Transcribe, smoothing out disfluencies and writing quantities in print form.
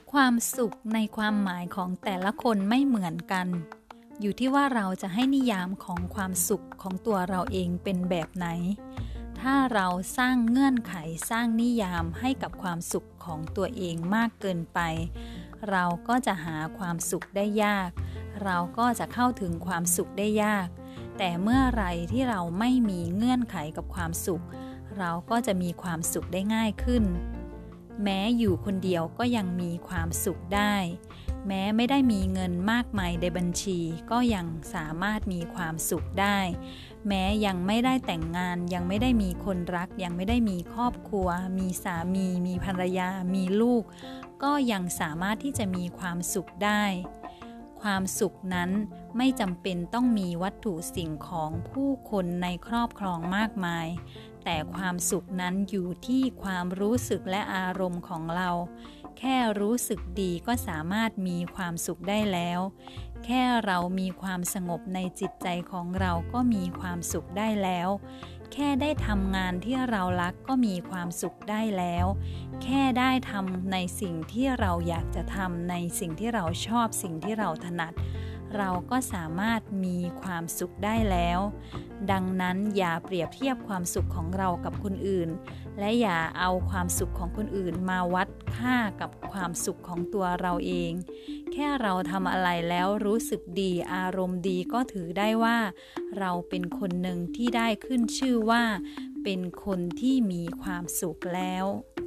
ความสุขในความหมายของแต่ละคนไม่เหมือนกันอยู่ที่ว่าเราจะให้นิยามของความสุขของตัวเราเองเป็นแบบไหนถ้าเราสร้างเงื่อนไขสร้างนิยามให้กับความสุขของตัวเองมากเกินไปเราก็จะหาความสุขได้ยากเราก็จะเข้าถึงความสุขได้ยากแต่เมื่อไรที่เราไม่มีเงื่อนไขกับความสุขเราก็จะมีความสุขได้ง่ายขึ้นแม้อยู่คนเดียวก็ยังมีความสุขได้แม้ไม่ได้มีเงินมากมายในบัญชีก็ยังสามารถมีความสุขได้แม้ยังไม่ได้แต่งงานยังไม่ได้มีคนรักยังไม่ได้มีครอบครัวมีสามีมีภรรยามีลูกก็ยังสามารถที่จะมีความสุขได้ความสุขนั้นไม่จำเป็นต้องมีวัตถุสิ่งของผู้คนในครอบครองมากมายแต่ความสุขนั้นอยู่ที่ความรู้สึกและอารมณ์ของเราแค่รู้สึกดีก็สามารถมีความสุขได้แล้วแค่เรามีความสงบในจิตใจของเราก็มีความสุขได้แล้วแค่ได้ทำงานที่เรารักก็มีความสุขได้แล้วแค่ได้ทำในสิ่งที่เราอยากจะทำในสิ่งที่เราชอบสิ่งที่เราถนัดเราก็สามารถมีความสุขได้แล้วดังนั้นอย่าเปรียบเทียบความสุขของเรากับคนอื่นและอย่าเอาความสุขของคนอื่นมาวัดค่ากับความสุขของตัวเราเองแค่เราทำอะไรแล้วรู้สึกดีอารมณ์ดีก็ถือได้ว่าเราเป็นคนหนึ่งที่ได้ขึ้นชื่อว่าเป็นคนที่มีความสุขแล้ว